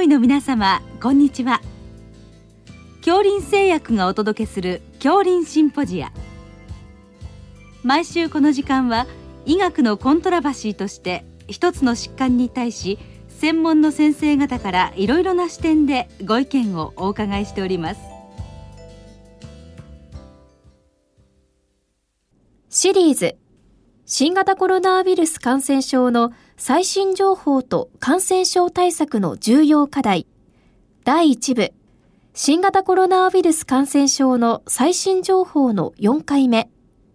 医の皆様、こんにちは。杏林製薬がお届けする杏林シンポジア。毎週この時間は医学のコントラバシーとして一つの疾患に対し専門の先生方からいろいろな視点でご意見をお伺いしております。 シリーズ新型コロナウイルス感染症の最新情報と感染症対策の重要課題第1部新型コロナウイルス感染症の最新情報の4回目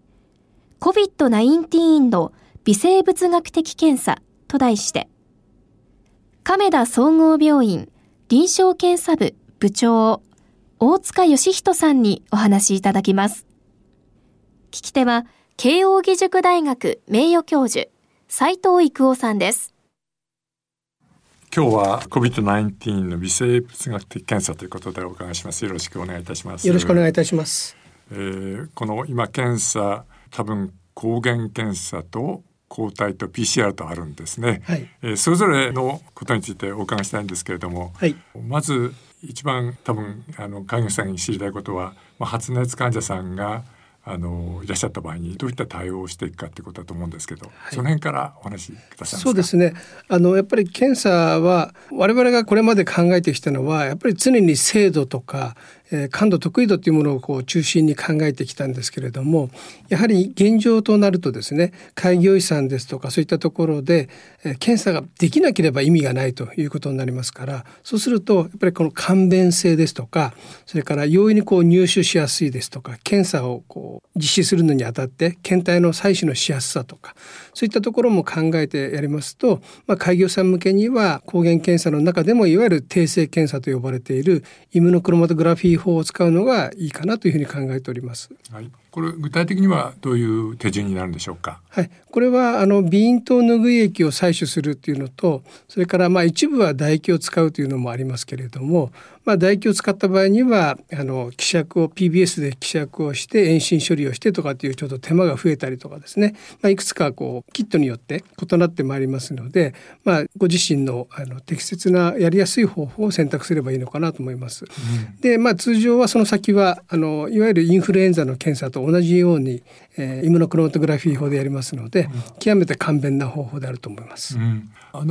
COVID-19 の微生物学的検査と題して亀田総合病院臨床検査部部長大塚義人さんにお話しいただきます。聞き手は慶應義塾大学名誉教授斉藤育夫さんです。 今日は COVID-19 の微生物学的検査ということでお伺いします。よろしくお願いいたします。 よろしくお願いいたします。 この今検査多分抗原検査と抗体と PCR とあるんですね、はいそれぞれのことについてお伺いしたいんですけれども、はい、まず一番多分看護師さんに知りたいことは、発熱患者さんがいらっしゃった場合にどういった対応をしていくかということだと思うんですけど、はい、その辺からお話しくださいますか。 そうですね。やっぱり検査は我々がこれまで考えてきたのはやっぱり常に精度とか感度得意度というものを中心に考えてきたんですけれども、やはり現状となるとですね、開業医さんですとかそういったところで検査ができなければ意味がないということになりますから、そうするとやっぱりこの簡便性ですとか、それから容易に入手しやすいですとか、検査を実施するのにあたって検体の採取のしやすさとか、そういったところも考えてやりますと、開業さん向けには抗原検査の中でもいわゆる定性検査と呼ばれているイムノクロマトグラフィー法を使うのがいいかなというふうに考えております。 はい、これ具体的にはどういう手順になるんでしょうか。 はい、これは鼻咽頭拭い液を採取するというのと、それから一部は唾液を使うというのもありますけれども、唾液を使った場合には希釈を PBS で希釈をして遠心処理をしてとかっていうちょっと手間が増えたりとかですね、いくつかキットによって異なってまいりますので、ご自身の適切なやりやすい方法を選択すればいいのかなと思います。で、通常はその先はいわゆるインフルエンザの検査と同じようにイムノクロマトグラフィー法でやりますので、極めて簡便な方法であると思います。 我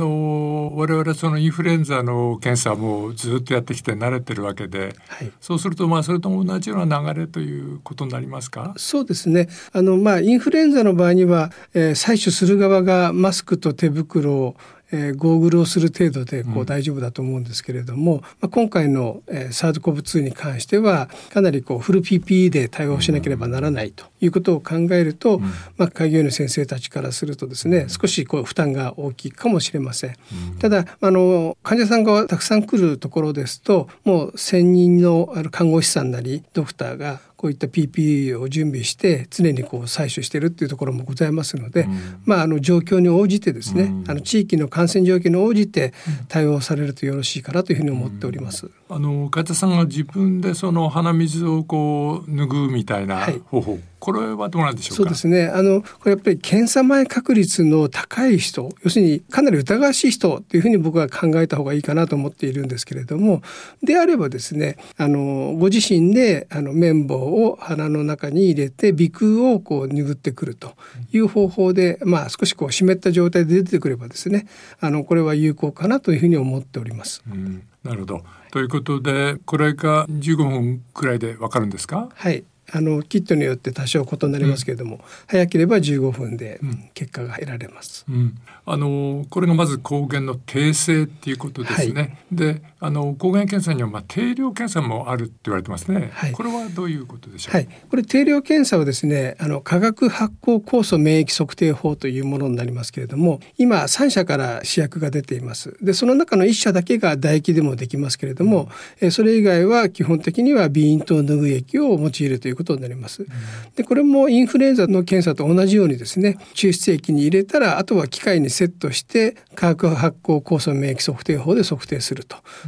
々そのインフルエンザの検査もずっとやってきて慣れてるわけで、はい、そうするとそれと同じような流れということになりますか。 そうですね。インフルエンザの場合には、採取する側がマスクと手袋をゴーグルをする程度で大丈夫だと思うんですけれども、今回のSARS-CoV-2 に関してはかなりフル PPE で対応しなければならないということを考えると、開業医の先生たちからするとですね、少し負担が大きいかもしれません。ただ患者さんがたくさん来るところですと、もう専任の看護師さんなりドクターがこういった PPE を準備して常に採取しているっていうところもございますので、状況に応じてですね、地域の感染状況に応じて対応されるとよろしいかなというふうに思っております。 患者さんが自分でその鼻水を拭うみたいな方法、これはどうなんでしょうか。 そうですね。これやっぱり検査前確率の高い人、要するにかなり疑わしい人というふうに僕は考えた方がいいかなと思っているんですけれども、であればですね、ご自身で綿棒を鼻の中に入れて鼻腔を拭ってくるという方法で、少し湿った状態で出てくればですね、これは有効かなというふうに思っております。 なるほど。ということで、これが15分くらいでわかるんですか。 はい。キットによって多少異なりますけれども、早ければ15分で結果が得られます。 これがまず抗原の定性っていうことですね。はい、で抗原検査には定量検査もあるって言われてますね。はい、これはどういうことでしょう。 はい、これ定量検査はですね、化学発酵酵素免疫測定法というものになりますけれども、今3社から試薬が出ています。でその中の1社だけが唾液でもできますけれども、それ以外は基本的には鼻咽頭拭い液を用いるということになります。でこれもインフルエンザの検査と同じようにですね、抽出液に入れたらあとは機械にセットして化学発酵酵素免疫測定法で測定すると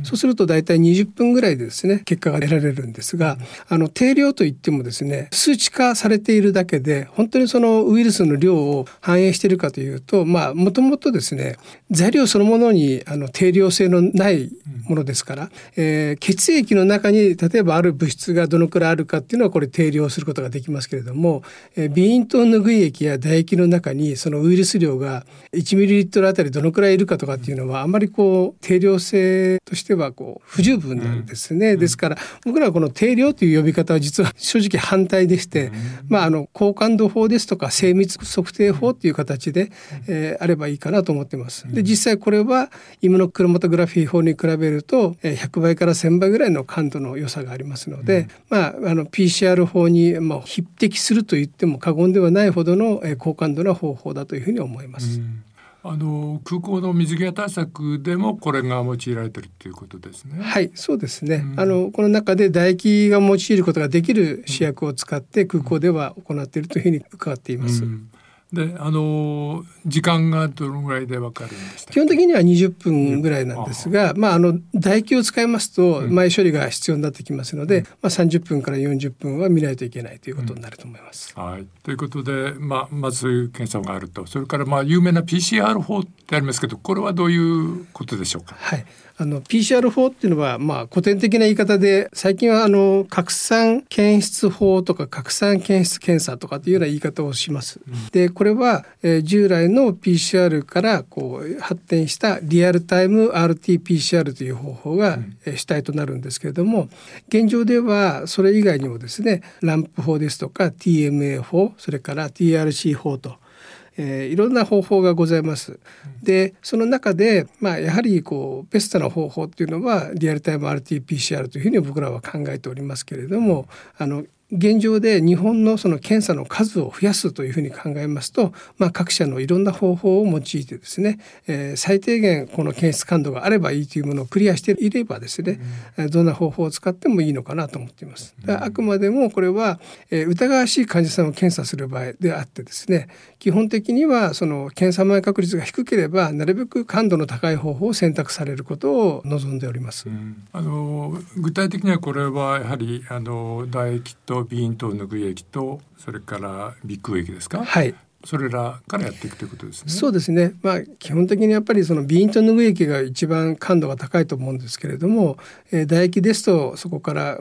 そうすると大体20分ぐらいでですね結果が得られるんですが、定量といってもですね数値化されているだけで本当にそのウイルスの量を反映しているかというと、もともとですね材料そのものに定量性のないものですから、血液の中に例えばある物質がどのくらいあるかっていうのはこれ定量することができますけれども、鼻咽頭拭い液や唾液の中にそのウイルス量が 1ml あたりどのくらいいるかとかっていうのはあまり定量性としては不十分なんですね。ですから僕らはこの定量という呼び方は実は正直反対でして、高感度法ですとか精密測定法という形で、あればいいかなと思っています。で実際これはイムノクロマトグラフィー法に比べると100倍から1000倍ぐらいの感度の良さがありますので、PCR 法に匹敵すると言っても過言ではないほどの高感度な方法だというふうに思います。 空港の水際対策でもこれが用いられているということですね。 はい、そうですね。この中で唾液が用いることができる試薬を使って空港では行っているというふうに伺っています。 で時間がどのぐらいで分かるんでしたっけ？ 基本的には20分ぐらいなんですが、唾液を使いますと前処理が必要になってきますので、30分から40分は見ないといけないということになると思います。 はい、ということで、まず検査があると、それから有名な PCR 法ってありますけど、これはどういうことでしょうか？ はい、PCR 法っていうのは古典的な言い方で、最近は拡散検出法とか拡散検出検査とかというような言い方をします。でこれは、従来の PCR から発展したリアルタイム RT-PCR という方法が、主体となるんですけれども、現状ではそれ以外にもですねランプ法ですとか TMA 法、それから TRC 法といろんな方法がございます。でその中で、やはりベストな方法っていうのはリアルタイム RT-PCR というふうに僕らは考えておりますけれども、現状で日本のその検査の数を増やすというふうに考えますと、各社のいろんな方法を用いてですね、最低限この検出感度があればいいというものをクリアしていればですね、どんな方法を使ってもいいのかなと思っています。あくまでもこれは、疑わしい患者さんを検査する場合であってですね、基本的にはその検査前確率が低ければなるべく感度の高い方法を選択されることを望んでおります。 具体的にはこれはやはり唾液と鼻咽頭拭い液とそれから鼻腔液ですか？ はい、 それらからやっていくということですね。 そうですね。基本的にやっぱりその鼻咽頭拭い液が一番感度が高いと思うんですけれども、唾液ですとそこから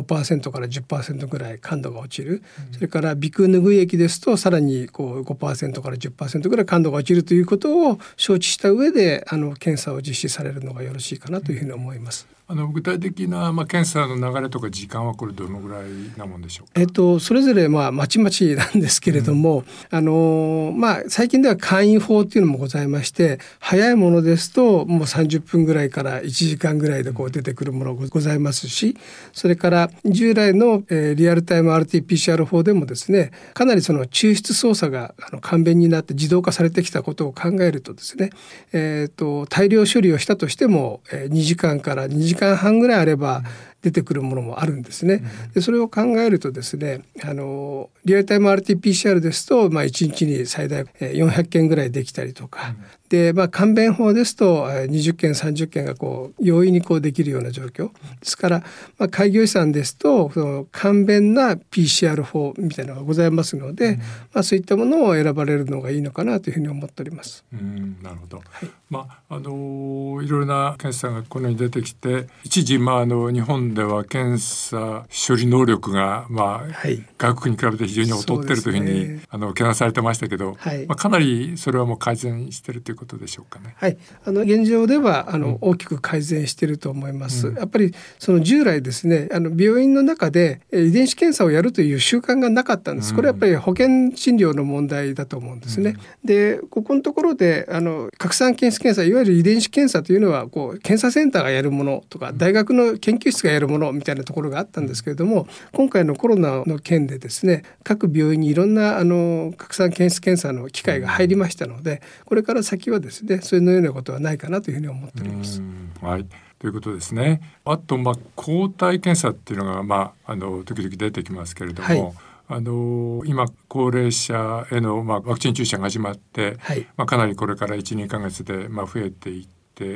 5% から 10% ぐらい感度が落ちる、それから鼻腔拭い液ですとさらに5% から 10% ぐらい感度が落ちるということを承知した上で検査を実施されるのがよろしいかなというふうに思います。 具体的な、検査の流れとか時間はこれどのぐらいなもんでしょうか？ それぞれまちまちなんですけれども、最近では簡易法っていうのもございまして、早いものですともう30分ぐらいから1時間ぐらいで出てくるものがございますし、それから従来の、リアルタイム RT-PCR 法でもですね、かなりその抽出操作が簡便になって自動化されてきたことを考えるとですね、大量処理をしたとしても2時間から2時間半ぐらいあれば出てくるものもあるんですね。でそれを考えるとですね、リアルタイム RT-PCR ですと、1日に最大400件ぐらいできたりとか、で簡便法ですと20件30件が容易にできるような状況ですから、開業医さんですとその簡便な PCR 法みたいなのがございますので、そういったものを選ばれるのがいいのかなというふうに思っております。 なるほど。はい、いろいろな検査がこのように出てきて、一時日本では検査処理能力が外国に比べて非常に劣っているというふうに懸念されてましたけど、かなりそれはもう改善しているということでしょうかね。 はい、現状では大きく改善していると思います。やっぱりその従来ですね、病院の中で遺伝子検査をやるという習慣がなかったんです。これはやっぱり保険診療の問題だと思うんですね。でここのところで拡散検出検査、いわゆる遺伝子検査というのは検査センターがやるものとか大学の研究室がやるものみたいなところがあったんですけれども、今回のコロナの件でですね、各病院にいろんな拡散検出検査の機会が入りましたので、これから先はですね、そういうようなことはないかなというふうに思っております。 はい、ということですね。あと抗体検査っていうのが時々出てきますけれども、今高齢者への、ワクチン注射が始まって、かなりこれから 1,2 ヶ月で増えていって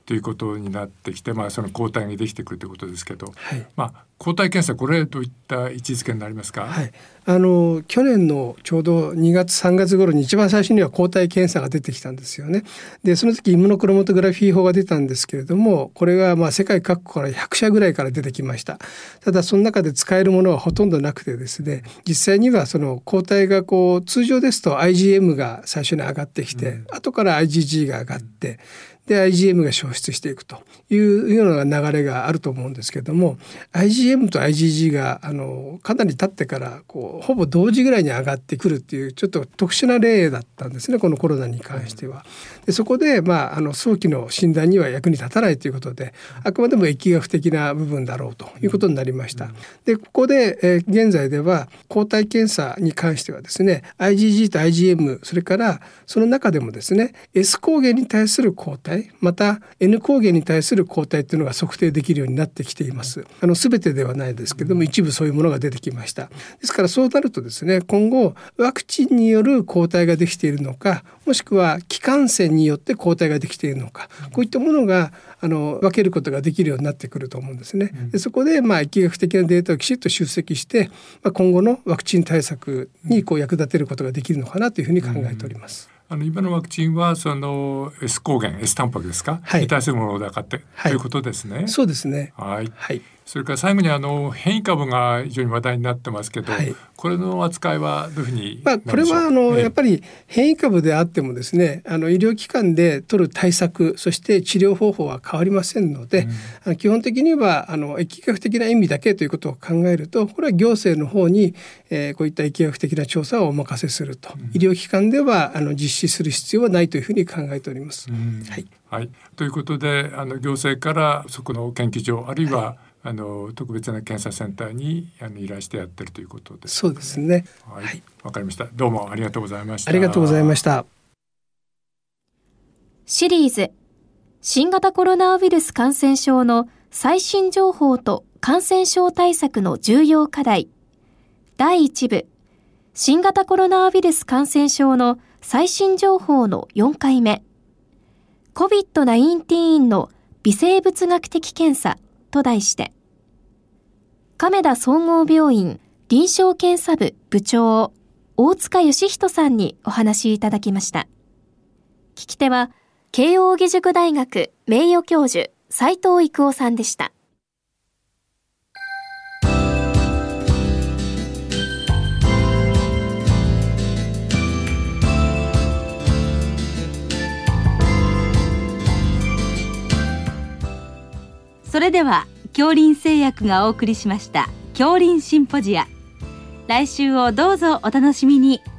ということになってきて、その抗体ができてくるということですけど、抗体検査、これどういった位置づけになりますか？ 去年のちょうど2月3月頃に一番最初には抗体検査が出てきたんですよね。でその時イムノクロマトグラフィー法が出たんですけれども、これが世界各国から100社ぐらいから出てきました。ただその中で使えるものはほとんどなくてですね、実際にはその抗体が通常ですと IgM が最初に上がってきて、後から IgG が上がって、で IgM が消失していくというような流れがあると思うんですけれども、 IgM と IgG がかなり経ってからほぼ同時ぐらいに上がってくるっていうちょっと特殊な例だったんですね、このコロナに関しては。でそこで、早期の診断には役に立たないということで、あくまでも疫学的な部分だろうということになりました。でここで、現在では抗体検査に関してはですね、 IgG と IgM、 それからその中でもですね S 抗原に対する抗体、また N 抗原に対する抗体というのが測定できるようになってきています。全てではないですけども、一部そういうものが出てきました。ですからそうなるとですね、今後ワクチンによる抗体ができているのか、もしくは気管染によって抗体ができているのか、こういったものが分けることができるようになってくると思うんですね。でそこで疫学的なデータをきちっと集積して、今後のワクチン対策に役立てることができるのかなというふうに考えております。 今のワクチンはその S 抗原 S タンパクですか、に対するものだかってということですね。 そうですね。 それから最後に変異株が非常に話題になってますけど、これの扱いはどういうふうになるでしょう？これはやっぱり変異株であってもですね、医療機関で取る対策、そして治療方法は変わりませんので、基本的には疫学的な意味だけということを考えると、これは行政の方に、こういった疫学的な調査をお任せすると、医療機関では実施する必要はないというふうに考えております。 ということで行政からそこの研究所、あるいは特別な検査センターに依頼してやってるということです。 そうですね。 わかりました。どうもありがとうございました。 ありがとうございました。 シリーズ新型コロナウイルス感染症の最新情報と感染症対策の重要課題、第1部新型コロナウイルス感染症の最新情報の4回目、 COVID-19 の微生物学的検査と題して、亀田総合病院臨床検査部部長大塚義人さんにお話しいただきました。聞き手は慶應義塾大学名誉教授斉藤育夫さんでした。 それでは杏林製薬がお送りしました杏林シンポジア、来週をどうぞお楽しみに。